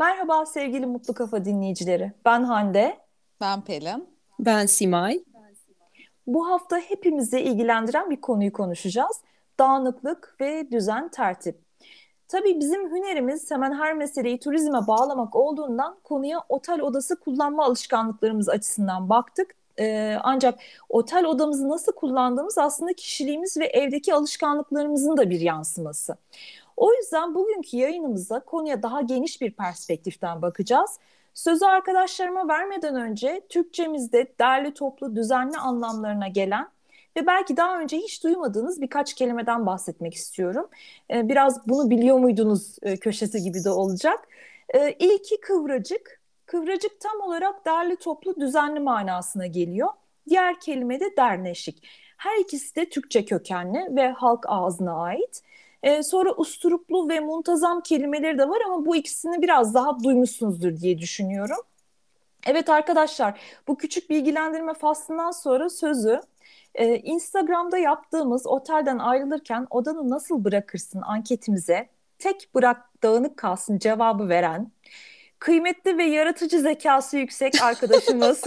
Merhaba sevgili Mutlu Kafa dinleyicileri. Ben Hande. Ben Pelin. Ben Simay. Bu hafta hepimizi ilgilendiren bir konuyu konuşacağız. Dağınıklık ve düzen tertip. Tabii bizim hünerimiz hemen her meseleyi turizme bağlamak olduğundan konuya otel odası kullanma alışkanlıklarımız açısından baktık. Ancak otel odamızı nasıl kullandığımız aslında kişiliğimiz ve evdeki alışkanlıklarımızın da bir yansıması. O yüzden bugünkü yayınımızda konuya daha geniş bir perspektiften bakacağız. Sözü arkadaşlarıma vermeden önce Türkçemizde derli toplu düzenli anlamlarına gelen ve belki daha önce hiç duymadığınız birkaç kelimeden bahsetmek istiyorum. Biraz bunu biliyor muydunuz köşesi gibi de olacak. İlki kıvracık. Kıvracık tam olarak derli toplu düzenli manasına geliyor. Diğer kelime de derneşik. Her ikisi de Türkçe kökenli ve halk ağzına ait. Sonra usturuplu ve muntazam kelimeleri de var ama bu ikisini biraz daha duymuşsunuzdur diye düşünüyorum. Evet arkadaşlar, bu küçük bilgilendirme faslından sonra sözü Instagram'da yaptığımız otelden ayrılırken odanı nasıl bırakırsın anketimize tek bırak dağınık kalsın cevabı veren kıymetli ve yaratıcı zekası yüksek arkadaşımız.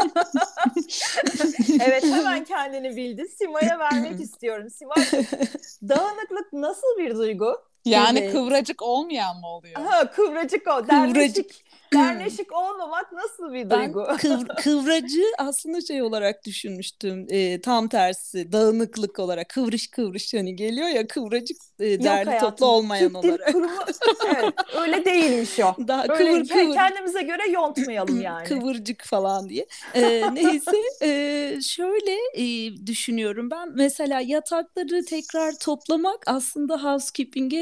Evet, hemen kendini bildi. Sima'ya vermek istiyorum. Sima'cığım, dağınıklık nasıl bir duygu? Yani Evet. kıvracık olmayan mı oluyor? Aha, kıvracık o. Kıvracık. Derneşik olmamak nasıl bir Ben duygu? kıvracı aslında şey olarak düşünmüştüm. Tam tersi dağınıklık olarak kıvrış kıvrış hani geliyor ya kıvracık Yok derli toplu hayatım. olmayan Türk Dil olarak. Kurumu evet öyle değilmiş o. Daha Öyle kıvır kıvır kendimize göre yontmayalım yani. kıvırcık falan diye. Neyse şöyle düşünüyorum ben. Mesela yatakları tekrar toplamak aslında housekeeping'e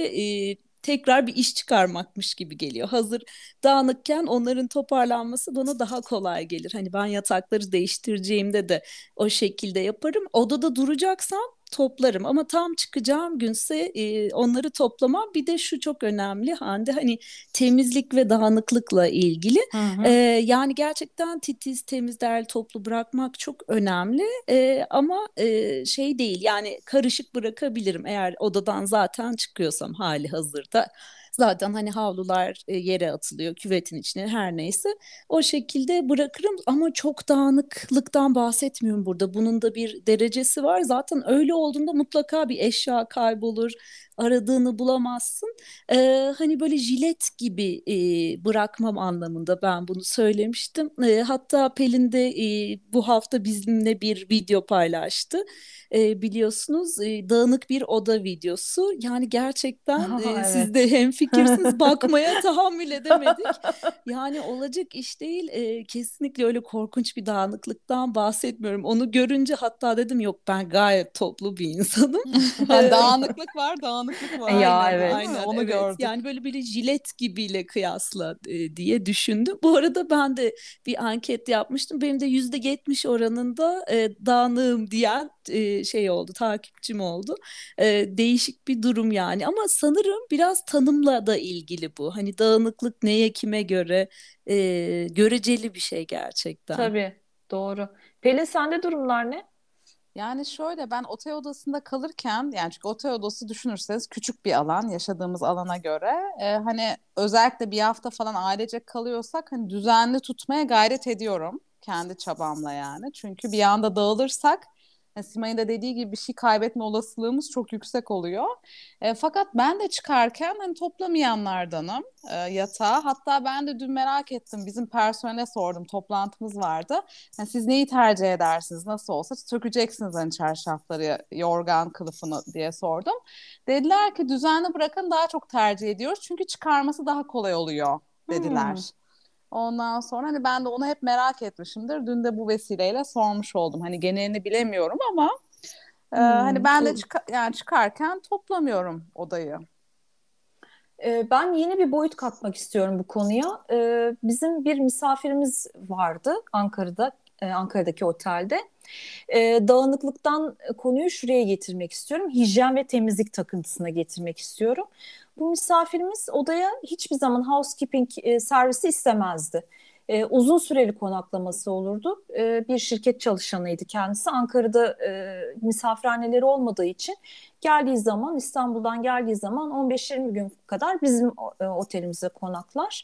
tekrar bir iş çıkarmakmış gibi geliyor. Hazır dağınıkken onların toparlanması bana daha kolay gelir. Hani ben yatakları değiştireceğimde de o şekilde yaparım. Odada duracaksam toplarım ama tam çıkacağım günse onları toplamam. Bir de şu çok önemli Hande, hani temizlik ve dağınıklıkla ilgili. Hı Ee, hı. Yani gerçekten titiz, temiz, derli toplu bırakmak çok önemli. Ama şey değil, yani karışık bırakabilirim eğer odadan zaten çıkıyorsam hali hazırda. Zaten hani havlular yere atılıyor, küvetin içine, her neyse. O şekilde bırakırım ama çok dağınıklıktan bahsetmiyorum burada. Bunun da bir derecesi var. Zaten öyle olduğunda mutlaka bir eşya kaybolur, aradığını bulamazsın. Hani böyle jilet gibi bırakmam anlamında ben bunu söylemiştim. Hatta Pelin de bu hafta bizimle bir video paylaştı. Biliyorsunuz dağınık bir oda videosu. Yani gerçekten Aha, siz de evet. hemfikirsiniz, bakmaya tahammül edemedik. Yani olacak iş değil. Kesinlikle öyle korkunç bir dağınıklıktan bahsetmiyorum. Onu görünce hatta dedim yok, ben gayet toplu bir insanım. Ha, dağınıklık var, dağınıklık var. Ya Aynen, Değil mi? evet. aynen, Onu evet. gördük. Yani böyle bir jilet gibiyle kıyasla diye düşündüm. Bu arada ben de bir anket yapmıştım. Benim de %70 oranında dağınığım diyen şey oldu, takipçim oldu. Değişik bir durum yani. Ama sanırım biraz tanımla da ilgili bu. Hani dağınıklık neye, kime göre göreceli bir şey gerçekten. Tabii, doğru. Pelin sende durumlar ne? Yani şöyle, ben otel odasında kalırken, yani çünkü otel odası düşünürseniz küçük bir alan yaşadığımız alana göre, hani özellikle bir hafta falan ailece kalıyorsak hani düzenli tutmaya gayret ediyorum kendi çabamla yani. Çünkü bir anda dağılırsak Simay'ın da dediği gibi bir şey kaybetme olasılığımız çok yüksek oluyor. Fakat ben de çıkarken hani toplamayanlardanım yatağı. Hatta ben de dün merak ettim. Bizim personele sordum. Toplantımız vardı. Yani siz neyi tercih edersiniz? Nasıl olsa sökeceksiniz hani çarşafları, yorgan kılıfını diye sordum. Dediler ki düzenli bırakın daha çok tercih ediyoruz. Çünkü çıkarması daha kolay oluyor Hmm. dediler. Ondan sonra hani ben de onu hep merak etmişimdir. Dün de bu vesileyle sormuş oldum. Hani genelini bilemiyorum ama hani Hmm. ben de yani çıkarken toplamıyorum odayı. Ben yeni bir boyut katmak istiyorum bu konuya. Bizim bir misafirimiz vardı Ankara'da, Ankara'daki otelde. Dağınıklıktan konuyu şuraya getirmek istiyorum. Hijyen ve temizlik takıntısına getirmek istiyorum. Bu misafirimiz odaya hiçbir zaman housekeeping servisi istemezdi. Uzun süreli konaklaması olurdu. Bir şirket çalışanıydı kendisi. Ankara'da misafirhaneleri olmadığı için geldiği zaman, İstanbul'dan geldiği zaman 15-20 gün kadar bizim otelimize konaklar.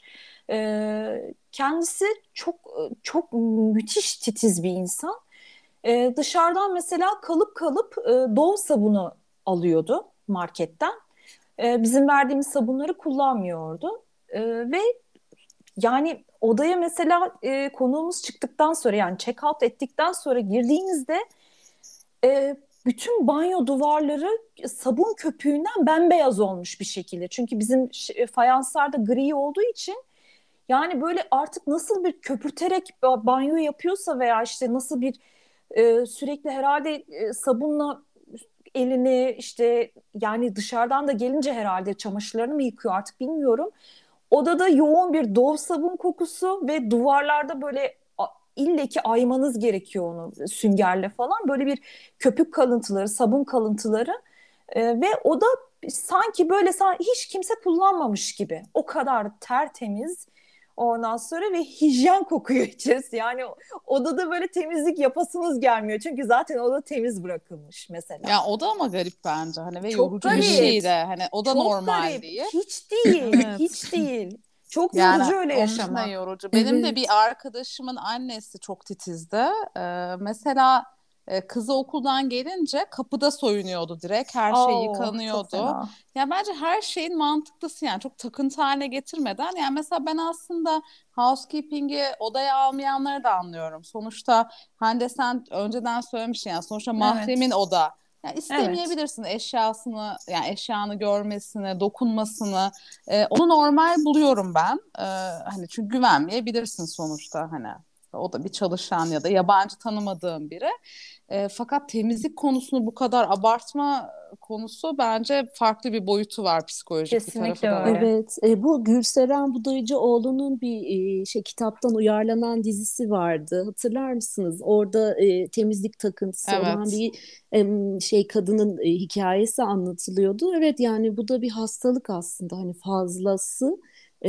Kendisi çok çok müthiş titiz bir insan. Dışarıdan mesela kalıp kalıp Dove sabunu alıyordu marketten. Bizim verdiğimiz sabunları kullanmıyordu. Ve yani odaya mesela konuğumuz çıktıktan sonra, yani check out ettikten sonra girdiğinizde bütün banyo duvarları sabun köpüğünden bembeyaz olmuş bir şekilde. Çünkü bizim fayanslar da gri olduğu için, yani böyle artık nasıl bir köpürterek banyo yapıyorsa veya işte nasıl bir sürekli herhalde sabunla elini işte, yani dışarıdan da gelince herhalde çamaşırlarını mı yıkıyor artık bilmiyorum. Odada yoğun bir Dove sabun kokusu ve duvarlarda böyle ille ki aymanız gerekiyor onu süngerle falan. Böyle bir köpük kalıntıları, sabun kalıntıları. Ve o da sanki böyle hiç kimse kullanmamış gibi. O kadar tertemiz. Ondan sonra ve hijyen kokuyor içerisi. Yani odada böyle temizlik yapasınız gelmiyor. Çünkü zaten oda temiz bırakılmış mesela. Ya o da ama garip bence hani ve Çok yorucu bir garip. şey de hani o da Çok normal garip. değil. Hiç değil. Evet. Hiç değil. Çok Yani yorucu öyle onun için de yaşamak. yorucu. Benim de Evet. bir arkadaşımın annesi çok titizdi. Mesela kızı okuldan gelince kapıda soyunuyordu direkt. Her şey Oo, çok yıkanıyordu. fena. Ya bence her şeyin mantıklısı yani çok takıntı haline getirmeden. Yani mesela ben aslında housekeeping'i odaya almayanları da anlıyorum. Sonuçta Hande sen önceden söylemiştin yani sonuçta Evet. mahremin oda. Yani Evet. istemeyebilirsin eşyasını yani eşyanı görmesini, dokunmasını. Onu normal buluyorum ben. Hani çünkü güvenmeyebilirsin sonuçta hani. O da bir çalışan ya da yabancı tanımadığım biri. Fakat temizlik konusunu bu kadar abartma konusu bence farklı bir boyutu var, psikolojik bir Kesinlikle tarafı da var. öyle. Evet, bu Gülseren Budayıcıoğlu'nun bir kitaptan uyarlanan dizisi vardı. Hatırlar mısınız? Orada temizlik takıntısı olan Evet. bir kadının hikayesi anlatılıyordu. Evet, yani bu da bir hastalık aslında, hani fazlası.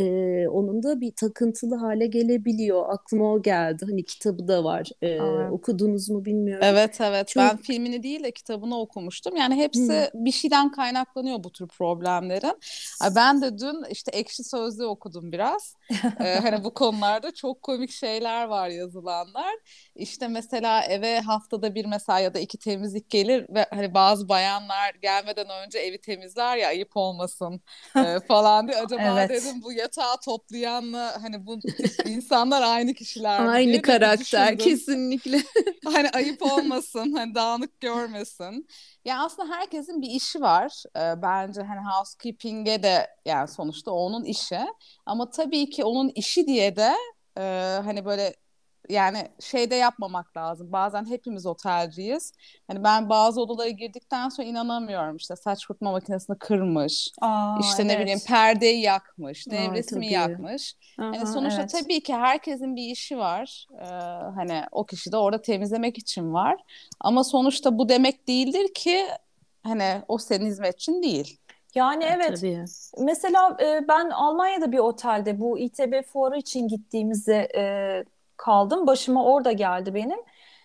Onun da bir takıntılı hale gelebiliyor. Aklıma o geldi. Hani kitabı da var. Evet. Okudunuz mu bilmiyorum. Evet evet Çok ben filmini değil de kitabını okumuştum. Yani Hı. hepsi bir şeyden kaynaklanıyor bu tür problemlerin. Ay, ben de dün işte Ekşi Sözlüğü okudum biraz. Hani bu konularda çok komik şeyler var yazılanlar. İşte mesela eve haftada bir mesela ya da iki temizlik gelir ve hani bazı bayanlar gelmeden önce evi temizler ya ayıp olmasın falan diye. Acaba Evet. dedim bu yatağı toplayanla hani bu tip insanlar aynı kişiler mi Aynı diye de bir karakter düşündüm. kesinlikle. Hani ayıp olmasın, hani dağınık görmesin. Ya aslında herkesin bir işi var. Bence hani housekeeping'e de yani sonuçta onun işi. Ama tabii ki onun işi diye de e, hani böyle yani şey de yapmamak lazım. Bazen hepimiz otelciyiz. Hani ben bazı odalara girdikten sonra inanamıyorum. İşte saç kurutma makinesini kırmış. Aa, İşte ne bileyim evet. perdeyi yakmış, Ay nevresimi tabii. yakmış. Hani Aha, sonuçta Evet. tabii ki herkesin bir işi var. Hani o kişi de orada temizlemek için var. Ama sonuçta bu demek değildir ki hani o senin hizmetçin değil. Yani evet. tabii. Mesela ben Almanya'da bir otelde bu İTB fuarı için gittiğimizde kaldım. Başıma orada geldi benim.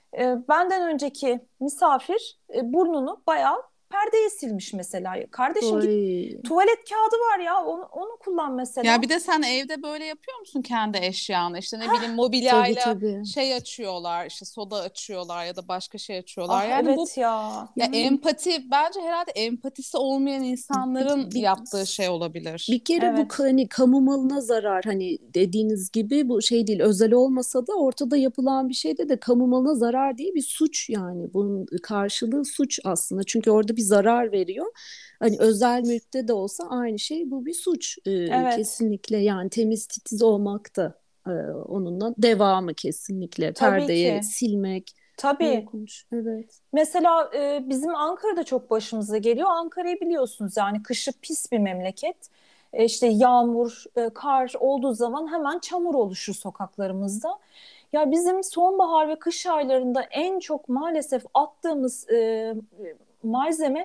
Benden önceki misafir burnunu bayağı perdeye silmiş mesela. Kardeşim git, Oy. tuvalet kağıdı var ya, onu kullan Ya mesela. bir de sen evde böyle yapıyor musun kendi eşyanı? İşte ne bileyim Tabii mobilyayla tabii. şey açıyorlar, işte soda açıyorlar ya da başka şey açıyorlar. Ah Yani bu evet ya. ya Yani empati bence herhalde empatisi olmayan bir, insanların bir, yaptığı şey olabilir. bir kere bu Evet. hani kamu malına zarar, hani dediğiniz gibi bu şey değil, özel olmasa da ortada yapılan bir şeyde de kamu malına zarar değil, bir suç yani bunun karşılığı suç aslında, çünkü orada bir zarar veriyor. Hani özel mülkte de olsa aynı şey, bu bir suç. Evet. Kesinlikle yani temiz titiz olmak da onunla devamı, kesinlikle Tabii perdeye ki. silmek. Tabii. Korkunç, evet. Mesela bizim Ankara'da çok başımıza geliyor. Ankara'yı biliyorsunuz, yani kışı pis bir memleket. İşte yağmur, kar olduğu zaman hemen çamur oluşur sokaklarımızda. Ya bizim sonbahar ve kış aylarında en çok maalesef attığımız malzeme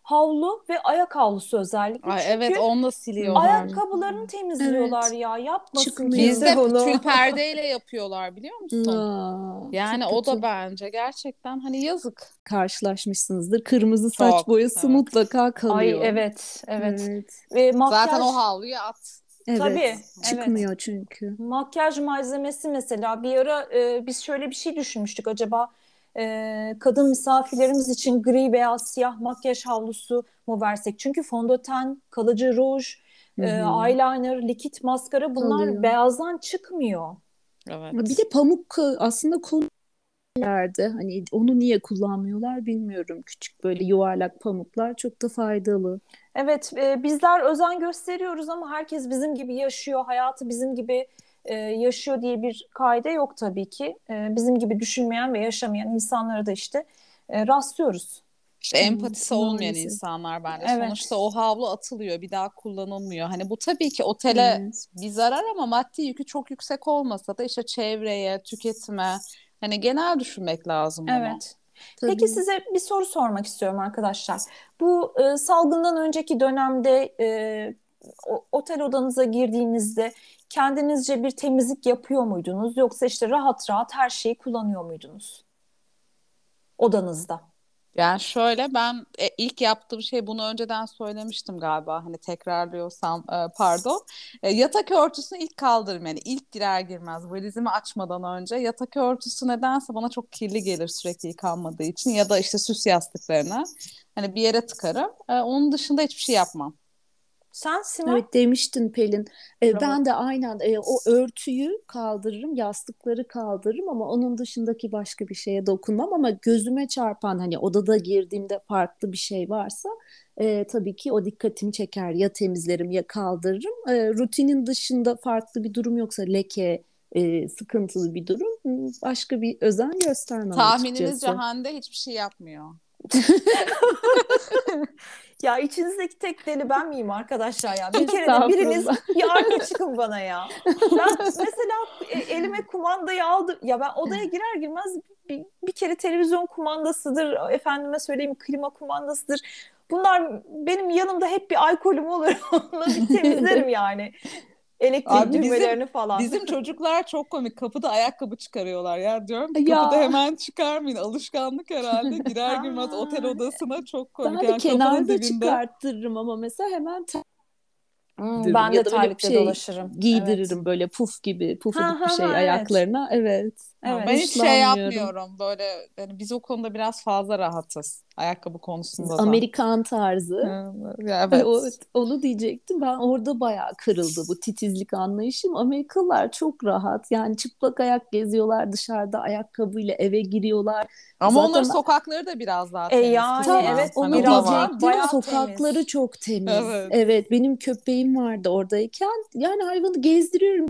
havlu ve ayak havlusu özellikle. Ay Çünkü evet, onunla Hı siliyorlar. hı. ayakkabılarını temizliyorlar Evet. ya. Yapmasın Çıkmıyor. kimse Bizde tül bunu. perdeyle yapıyorlar, biliyor musun? Çok Yani o da kötü. bence gerçekten hani yazık. Karşılaşmışsınızdır. Kırmızı saç Çok, boyası evet. mutlaka Ay kalıyor. evet, evet. Evet. Ve Zaten o makyaj, havluyu at. tabii, Evet. evet. Çıkmıyor çünkü. Makyaj malzemesi mesela bir ara biz şöyle bir şey düşünmüştük, acaba kadın misafirlerimiz için gri veya siyah makyaj havlusu mu versek? Çünkü fondöten, kalıcı ruj, Hı hı. eyeliner, likit maskara bunlar Kalıyor. beyazdan çıkmıyor. Bir Evet. de pamuk aslında yerde. Hani onu niye kullanmıyorlar bilmiyorum. Küçük böyle yuvarlak pamuklar çok da faydalı. Evet, bizler özen gösteriyoruz ama herkes bizim gibi yaşıyor, hayatı bizim gibi yaşıyor diye bir kaide yok tabii ki. Bizim gibi düşünmeyen ve yaşamayan insanlara da işte rastlıyoruz. İşte Evet, empatisi olmayan maalesef. insanlar bence. Sonuçta Evet, o havlu atılıyor, bir daha kullanılmıyor. Hani bu tabii ki otele Evet. bir zarar ama maddi yükü çok yüksek olmasa da işte çevreye, tüketime, hani genel düşünmek lazım bunu. evet. Peki Tabii. size bir soru sormak istiyorum arkadaşlar. Bu salgından önceki dönemde otel odanıza girdiğinizde kendinizce bir temizlik yapıyor muydunuz? Yoksa işte rahat rahat her şeyi kullanıyor muydunuz odanızda? Yani şöyle, ben ilk yaptığım şey, bunu önceden söylemiştim galiba, hani tekrarlıyorsam pardon. Yatak örtüsünü ilk kaldırırım, yani ilk girer girmez valizimi açmadan önce yatak örtüsü nedense bana çok kirli gelir sürekli yıkanmadığı için, ya da işte süs yastıklarını hani bir yere tıkarım. Onun dışında hiçbir şey yapmam. Sen Simay? Evet demiştin Pelin. Bravo. Ben de aynen o örtüyü kaldırırım, yastıkları kaldırırım ama onun dışındaki başka bir şeye dokunmam. Ama gözüme çarpan hani odada girdiğimde farklı bir şey varsa tabii ki o dikkatimi çeker. Ya temizlerim ya kaldırırım. Rutinin dışında farklı bir durum yoksa leke, sıkıntılı bir durum başka bir özen göstermem Tahmininizce açıkçası. Hande hiçbir şey yapmıyor. Ya içinizdeki tek deli ben miyim arkadaşlar ya? Bir kere de biriniz Estağfurullah. bir arka çıkın bana ya. Ben mesela elime kumandayı aldım. Ya ben odaya girer girmez bir kere televizyon kumandasıdır, efendime söyleyeyim klima kumandasıdır. Bunlar benim yanımda hep bir alkolüm olur. Onunla bir temizlerim yani. Elektrik Abi düğmelerini falan. bizim çocuklar çok komik. Kapıda ayakkabı çıkarıyorlar ya. Diyorum ki kapıda Ya hemen çıkarmayın. Alışkanlık herhalde. Girer girmez otel Ha, odasına, çok komik. ben de Yani kapının kenarda dibinde. çıkarttırırım ama mesela hemen ben ya de da böyle bir terlikle şey dolaşırım. Evet. giydiririm böyle puf gibi Ha pufuduk bir ha şey ha evet. ayaklarına. Evet. Ha, ben Evet. hiç şey Hoşlanmıyorum. yapmıyorum. Böyle yani biz o konuda biraz fazla rahatız. Ayakkabı Siz konusunda da. Amerikan tarzı. Ha, ya evet. Onu diyecektim. Ben orada bayağı kırıldı bu titizlik anlayışım. Amerikalılar çok rahat. Yani çıplak ayak geziyorlar dışarıda ayakkabıyla eve giriyorlar. Ama onların Zaten sokakları da biraz daha temiz Yani tam kısmen. evet, Hani onu o da biraz var. değil diyecektim. bayağı Sokakları temiz. çok temiz. Evet. Evet, benim köpeğim vardı oradayken. Yani hayvanı gezdiriyorum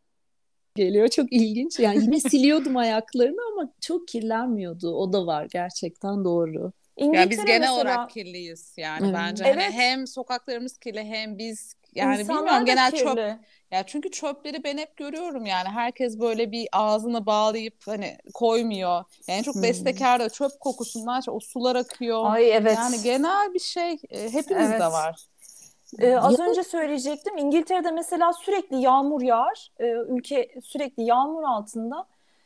geliyor. Çok ilginç. Yani yine siliyordum ayaklarını ama çok kirlenmiyordu. O da var gerçekten doğru. Yani biz İngiltere genel olarak mesela, kirliyiz. Yani bence Evet. hani evet, hem sokaklarımız kirli hem biz, yani bilmiyorum, insanlar da genel çöp. kirli. Ya çünkü çöpleri ben hep görüyorum, yani herkes böyle bir ağzını bağlayıp hani koymuyor. Yani çok Hmm. bestekar da çöp kokusundan işte o sular akıyor. Ay Yani evet, genel bir şey hepimizde evet. var. Ya Az önce söyleyecektim. İngiltere'de mesela sürekli yağmur yağar. Ülke sürekli yağmur altında.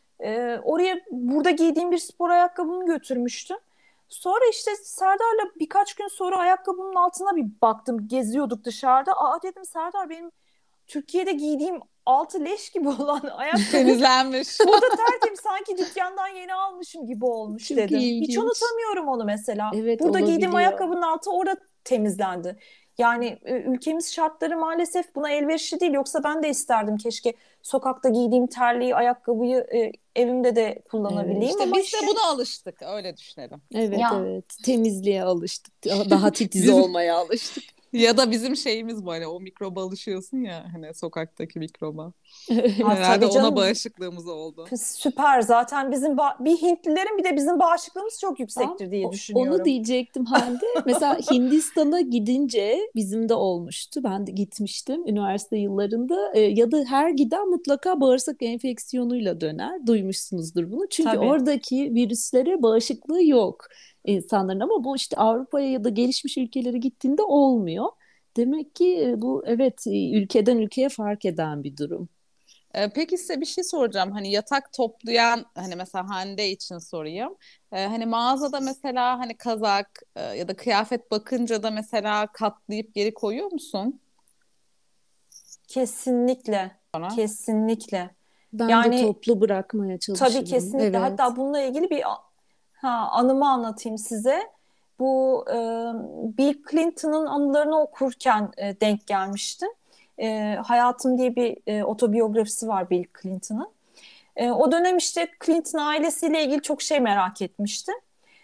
Oraya burada giydiğim bir spor ayakkabımı götürmüştüm. Sonra işte Serdar'la birkaç gün sonra ayakkabımın altına bir baktım. Geziyorduk dışarıda. Aa dedim, Serdar, benim Türkiye'de giydiğim altı leş gibi olan ayakkabım Temizlenmiş. burada tertemiz, sanki dükkandan yeni almışım gibi olmuş çok dedim. Hiç ilginç. unutamıyorum onu mesela. Evet Burada giydiğim olabiliyor. ayakkabının altı orada temizlendi. Yani ülkemiz şartları maalesef buna elverişli değil. Yoksa ben de isterdim, keşke sokakta giydiğim terliği, ayakkabıyı evimde de kullanabileyim Evet. İşte ama biz de işte buna alıştık, öyle düşünelim. Evet ya evet. Temizliğe alıştık. Daha titiz Bizim olmaya alıştık. ya da bizim şeyimiz bu, hani o mikroba alışıyorsun ya, hani sokaktaki mikroba. ha, Herhalde tabii ona canım, bağışıklığımız oldu. süper, zaten bizim bir Hintlilerin bir de bizim bağışıklığımız çok Tam yüksektir diye onu düşünüyorum. diyecektim Hande. Mesela Hindistan'a gidince bizim de olmuştu. Ben de gitmiştim üniversite yıllarında. Ya da her giden mutlaka bağırsak enfeksiyonuyla döner. Duymuşsunuzdur bunu. Çünkü Tabii. oradaki virüslere bağışıklığı yok. insanların, ama bu işte Avrupa'ya ya da gelişmiş ülkelere gittiğinde olmuyor. Demek ki bu evet ülkeden ülkeye fark eden bir durum. Peki size bir şey soracağım. Hani yatak toplayan, hani mesela Hande için sorayım. Hani mağazada mesela hani kazak ya da kıyafet bakınca da mesela katlayıp geri koyuyor musun Kesinlikle. bana? Kesinlikle. Ben de Yani toplu bırakmaya tabii çalışırım. kesinlikle. Hatta Evet. bununla ilgili bir anımı anlatayım size. Bu Bill Clinton'ın anılarını okurken denk gelmiştim. Hayatım diye bir otobiyografisi var Bill Clinton'ın. O dönem işte Clinton ailesiyle ilgili çok şey merak etmiştim.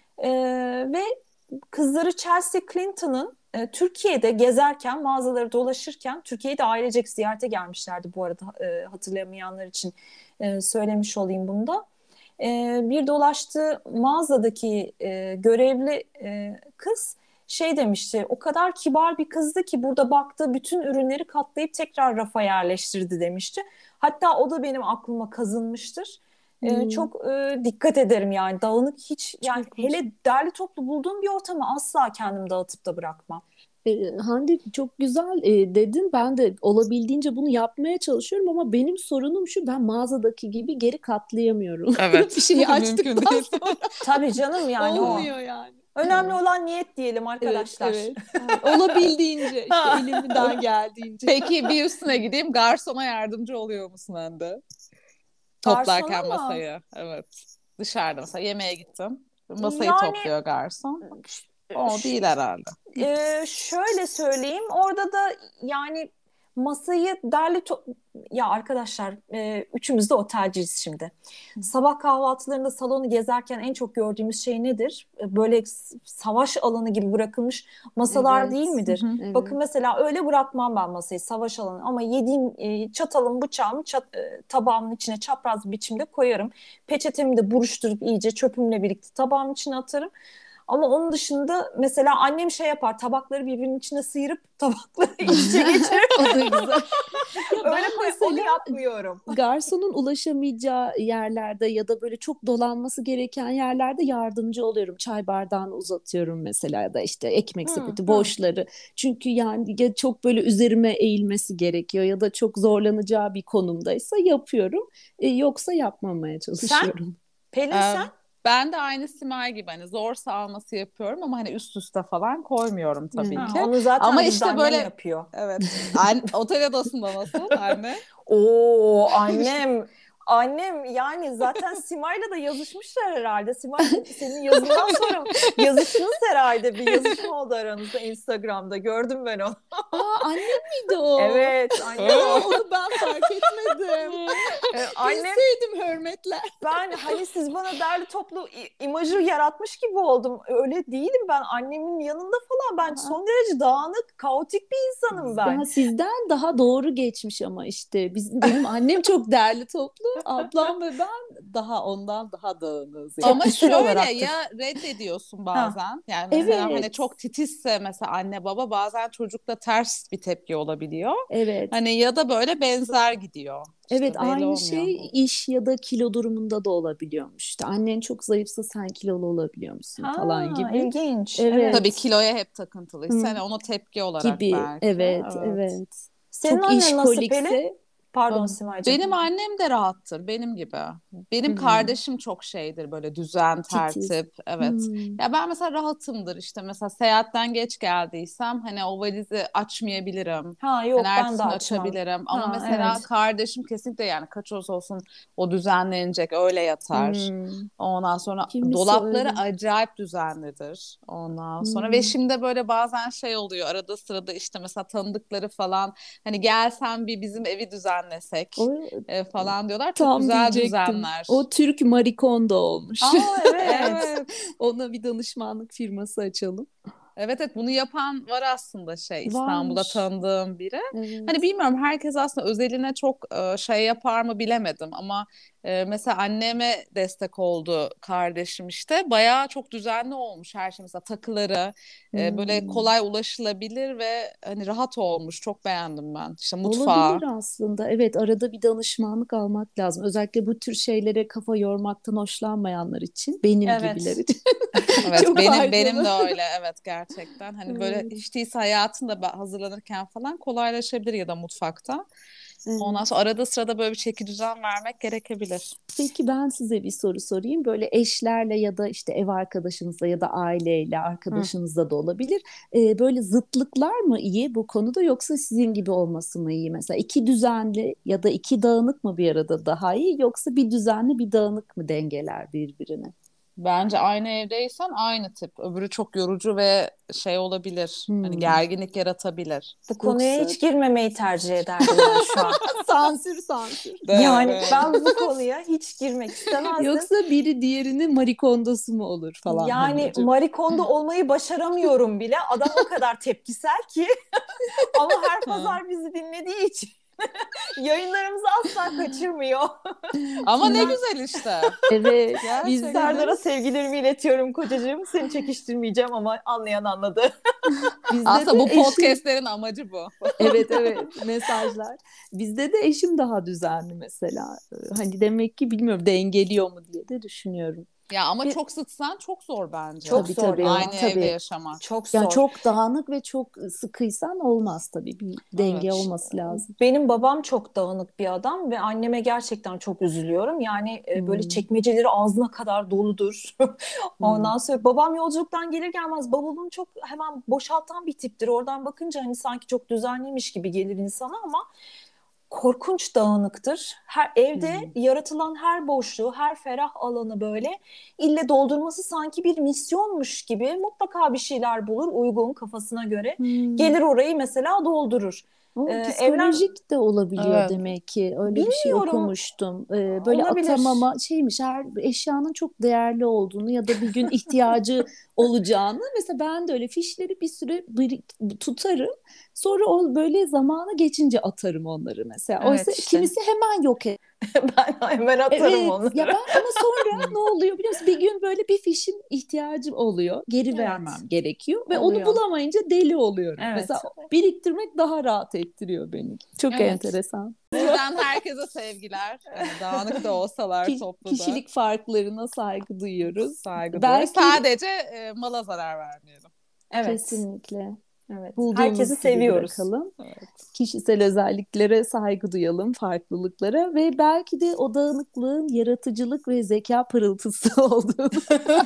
Ve kızları Chelsea Clinton'ın Türkiye'de gezerken, mağazaları dolaşırken, Türkiye'yi de ailecek ziyarete gelmişlerdi bu arada, hatırlamayanlar için söylemiş olayım bunu da. Bir dolaştığı mağazadaki görevli kız şey demişti, o kadar kibar bir kızdı ki burada baktığı bütün ürünleri katlayıp tekrar rafa yerleştirdi demişti. Hatta o da benim aklıma kazınmıştır. Hmm, Çok dikkat ederim yani, dağınık hiç, yani çok hoş. hele derli toplu bulduğum bir ortamı asla kendim dağıtıp da bırakmam. Hande çok güzel dedin. Ben de olabildiğince bunu yapmaya çalışıyorum ama benim sorunum şu: ben mağazadaki gibi geri katlayamıyorum. Bir Evet. şeyi Mümkün açtıktan değil. sonra Tabii canım, yani o. olmuyor yani. Önemli Evet, olan niyet diyelim evet, arkadaşlar. evet. Olabildiğince işte elimden geldiğince. Peki bir üstüne gideyim. Garsona yardımcı oluyor musun Hande? Garsona Toplarken mı? masayı. Evet. Dışarıda mesela yemeğe gittim. Masayı Yani topluyor garson. O ş- değil herhalde. şöyle söyleyeyim, orada da yani masayı ya arkadaşlar, üçümüz de otelciyiz şimdi. Sabah kahvaltılarında salonu gezerken en çok gördüğümüz şey nedir? Böyle savaş alanı gibi bırakılmış masalar değil Evet, Hı midir? hı. Bakın evet. mesela öyle bırakmam ben masayı, savaş alanı, ama yediğim çatalım bıçağımı tabağımın içine çapraz bir biçimde koyarım. Peçetemi de buruşturup iyice çöpümle birlikte tabağımın içine atarım. Ama onun dışında mesela annem şey yapar, tabakları birbirinin içine sıyırıp tabakları iç içe geçirir. O da güzel. Ya Öyle ben koy, onu mesela yapmıyorum. garsonun ulaşamayacağı yerlerde ya da böyle çok dolanması gereken yerlerde yardımcı oluyorum. Çay bardağını uzatıyorum mesela, ya da işte ekmek Hı sepeti hı. boşları. Çünkü yani ya çok böyle üzerime eğilmesi gerekiyor ya da çok zorlanacağı bir konumdaysa yapıyorum. Yoksa yapmamaya Sen? çalışıyorum. Pelin, Ee, sen? Ben de aynı Simay gibi hani zor sağlaması yapıyorum ama hani üst üste falan koymuyorum tabii Evet. Ha, ki. onu Ama zaten bizde işte annem böyle yapıyor. evet. Otel odasında nasıl anne? Oo, annem yani zaten Simay'la da yazışmışlar herhalde. Simay, senin yazından sonra yazıştınız herhalde, bir yazışma oldu aranızda, Instagram'da gördüm ben onu. Aa, annem miydi o? Evet, annem Aa, o. onu ben fark etmedim. Annem, Bilseydim, hürmetler. ben hani siz bana derli toplu imajı yaratmış gibi oldum. Öyle değilim ben. Annemin yanında falan ben Aha. son derece dağınık, kaotik bir insanım Ya ben. sizden daha doğru geçmiş ama işte benim annem çok derli toplu, ablam ve ben daha ondan daha dağınız Çok Ama yani. kişisel şöyle olaraktır. ya reddediyorsun Ha. bazen. Yani mesela hani Evet, çok titizse mesela anne baba bazen çocukla ters bir tepki olabiliyor. evet. Hani ya da böyle benzer gidiyor. Evet, İşte belli aynı olmuyor. şey iş ya da kilo durumunda da olabiliyormuş. İşte annen çok zayıfsa sen kilolu olabiliyor musun falan Ha, gibi. ilginç. Tabii Evet. kiloya hep takıntılıysa Hı, hani ona tepki olarak gibi. belki. Evet, Evet. evet. Senin Çok annen nasıl Pelin? işkolikse. Pardon Ah, Simay'cığım. Benim annem de rahattır benim gibi. Benim hmm, kardeşim çok şeydir böyle düzen, titiz. tertip. Evet. Hmm, Ya ben mesela rahatımdır işte mesela seyahatten geç geldiysem hani o valizi açmayabilirim. Ha Hani yok, ben de ertesi gün açmam. açabilirim. Ama Ha mesela evet. kardeşim kesinlikle yani kaç olursa olsun o düzenlenecek öyle yatar. hmm. Ondan sonra Kimisi dolapları öyle. acayip düzenlidir. Ondan sonra ve Hmm. şimdi böyle bazen şey oluyor arada sırada işte mesela tanıdıkları falan hani gelsen bir bizim evi düzenlesek O falan diyorlar. Çok tam güzel diyecektim. düzenler. O Türk Marie Kondo olmuş. Aa evet. Evet. Ona bir danışmanlık firması açalım. Evet, evet, bunu yapan var aslında İstanbul'da Varmış. tanıdığım biri. Hani Evet. bilmiyorum, herkes aslında özeline çok yapar mı bilemedim ama mesela anneme destek oldu kardeşim işte. Bayağı çok düzenli olmuş her şey. Mesela takıları böyle Hmm. kolay ulaşılabilir ve hani rahat olmuş. Çok beğendim ben. İşte mutfağı. Olabilir aslında. Evet, arada bir danışmanlık almak lazım. Özellikle bu tür şeylere kafa yormaktan hoşlanmayanlar için, benim gibiler Evet. için Evet, çok benim de faydalı. öyle, evet, gerçekten. Hani böyle Evet, hiç değilse hayatında hazırlanırken falan kolaylaşabilir ya da mutfakta. Ondan sonra evet. arada sırada böyle bir çeki düzen vermek gerekebilir. Peki ben size bir soru sorayım. Böyle eşlerle ya da işte ev arkadaşınızla ya da aileyle, Hı. arkadaşınızla da olabilir. Böyle zıtlıklar mı iyi bu konuda, yoksa sizin gibi olması mı iyi? Mesela iki düzenli ya da iki dağınık mı bir arada daha iyi, yoksa bir düzenli bir dağınık mı dengeler birbirini? Bence aynı evdeysen aynı tip. Öbürü çok yorucu ve olabilir. Hani Hmm. gerginlik yaratabilir. Bu konuya Yoksa hiç girmemeyi tercih ederdim ben şu an. sansür sansür. Değil mi? Yani Değil mi? ben bu konuya hiç girmek istemezdim. Yoksa biri diğerinin marikondosu mu olur falan hani Yani acaba? Marie Kondo olmayı başaramıyorum bile. Adam o kadar tepkisel ki. Ama her Hı. pazar bizi dinlediği için yayınlarımızı asla kaçırmıyor. Ama ne Buradan güzel işte. Evet, bizde Gerçekten. de Serdar'a sevgilerimi iletiyorum kocacığım. Seni çekiştirmeyeceğim ama anlayan anladı. bizde de Aslında bu eşim. podcastlerin amacı bu. Evet, evet, mesajlar. Bizde de eşim daha düzenli mesela. Hani demek ki bilmiyorum, dengeliyor mu diye de düşünüyorum. Ya ama Bir, çok sıksan çok zor bence. çok Tabii zor tabii, Aynı ya. evde tabii. yaşamak. Çok Yani zor. çok dağınık ve çok sıkıysan olmaz tabii. Bir denge Evet. olması lazım. Benim babam çok dağınık bir adam ve anneme gerçekten çok üzülüyorum. Yani böyle Hmm, çekmeceleri ağzına kadar doludur. hmm. Ondan sonra babam yolculuktan gelir gelmez bavulunu çok hemen boşaltan bir tiptir. Oradan bakınca hani sanki çok düzenliymiş gibi gelir insana ama korkunç dağınıktır. Her evde Hmm. yaratılan her boşluğu, her ferah alanı böyle ille doldurması sanki bir misyonmuş gibi mutlaka bir şeyler bulur uygun kafasına göre. Hmm. Gelir orayı mesela doldurur. O Evlen psikolojik de olabiliyor Evet. demek ki. Öyle bir şey bilmiyorum, okumuştum. Böyle olabilir. atamama şeymiş, her eşyanın çok değerli olduğunu ya da bir gün ihtiyacı olacağını. Mesela ben de öyle fişleri bir süre tutarım. Sonra o böyle zamanı geçince atarım onları mesela. Evet Oysa işte. kimisi hemen yok. Ben hemen atarım Evet ya, onları. ben ama sonra Hmm. ne oluyor biliyor musun? Bir gün böyle bir fişim ihtiyacım oluyor. Geri vermem Evet, gerekiyor ve onu oluyor. bulamayınca deli oluyorum. Mesela Evet. biriktirmek daha rahat ettiriyor beni. Çok Evet. enteresan. Buradan herkese sevgiler. Hani dağınık da olsalar topluda Kişilik farklarına saygı duyuyoruz. saygı duyuyoruz. Belki Sadece mala zarar vermeyelim. Evet. kesinlikle Evet. Herkesi bulduğumuz gibi seviyoruz. bırakalım. Evet. Kişisel özelliklere saygı duyalım, farklılıklara, ve belki de o dağınıklığın yaratıcılık ve zeka pırıltısı olduğunu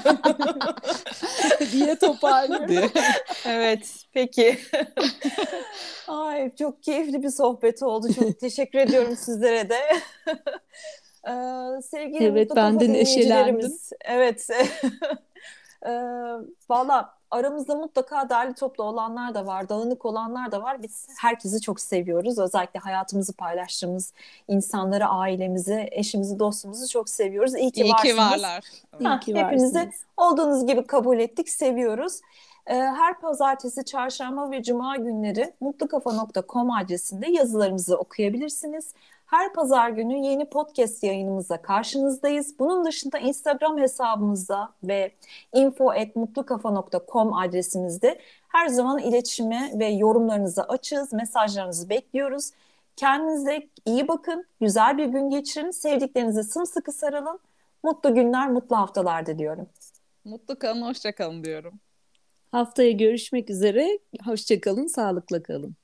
diye toparlıyorum. Diye. Evet, peki. Ay, çok keyifli bir sohbet oldu. Çok teşekkür ediyorum sizlere de. Sevgili Evet, Mutlu ben Kafa de neşelendim. dinleyicilerimiz, evet. Ee, Valla aramızda mutlaka derli toplu olanlar da var, dağınık olanlar da var. Biz herkesi çok seviyoruz. Özellikle hayatımızı paylaştığımız insanları, ailemizi, eşimizi, dostumuzu çok seviyoruz. İyi ki İyi ki varsınız. varlar. İyi Evet. ki Hepinizi varsınız. olduğunuz gibi kabul ettik, seviyoruz. Her pazartesi, çarşamba ve cuma günleri mutlukafa.com adresinde yazılarımızı okuyabilirsiniz. Her pazar günü yeni podcast yayınımızla karşınızdayız. Bunun dışında Instagram hesabımızda ve info@mutlukafa.com adresimizde her zaman iletişime ve yorumlarınızı açığız, mesajlarınızı bekliyoruz. Kendinize iyi bakın, güzel bir gün geçirin, sevdiklerinize sımsıkı sarılın. Mutlu günler, mutlu haftalar diliyorum. Mutlu kalın, hoşça kalın diyorum. Haftaya görüşmek üzere. Hoşça kalın, sağlıkla kalın.